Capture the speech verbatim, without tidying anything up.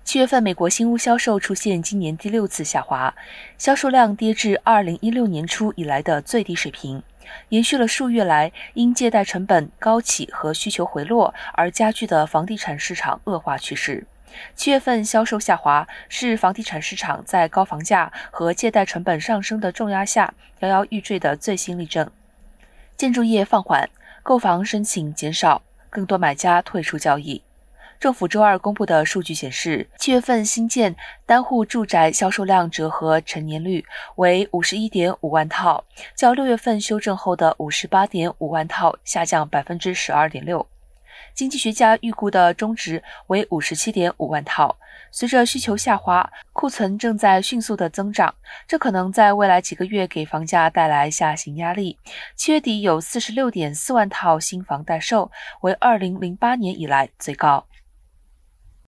七月份，美国新屋销售出现今年第六次下滑，销售量跌至二零一六年初以来的最低水平，延续了数月来因借贷成本高企和需求回落而加剧的房地产市场恶化趋势。七月份销售下滑是房地产市场在高房价和借贷成本上升的重压下摇摇欲坠的最新例证。建筑业放缓，购房申请减少，更多买家退出交易。政府周二公布的数据显示，七月份新建单户住宅销售量折合成年率为 五十一点五万套，较六月份修正后的 五十八点五万套下降 百分之十二点六。经济学家预估的中值为 五十七点五万套。随着需求下滑，库存正在迅速的增长，这可能在未来几个月给房价带来下行压力。七月底有 四十六点四万套新房待售，为二零零八年以来最高。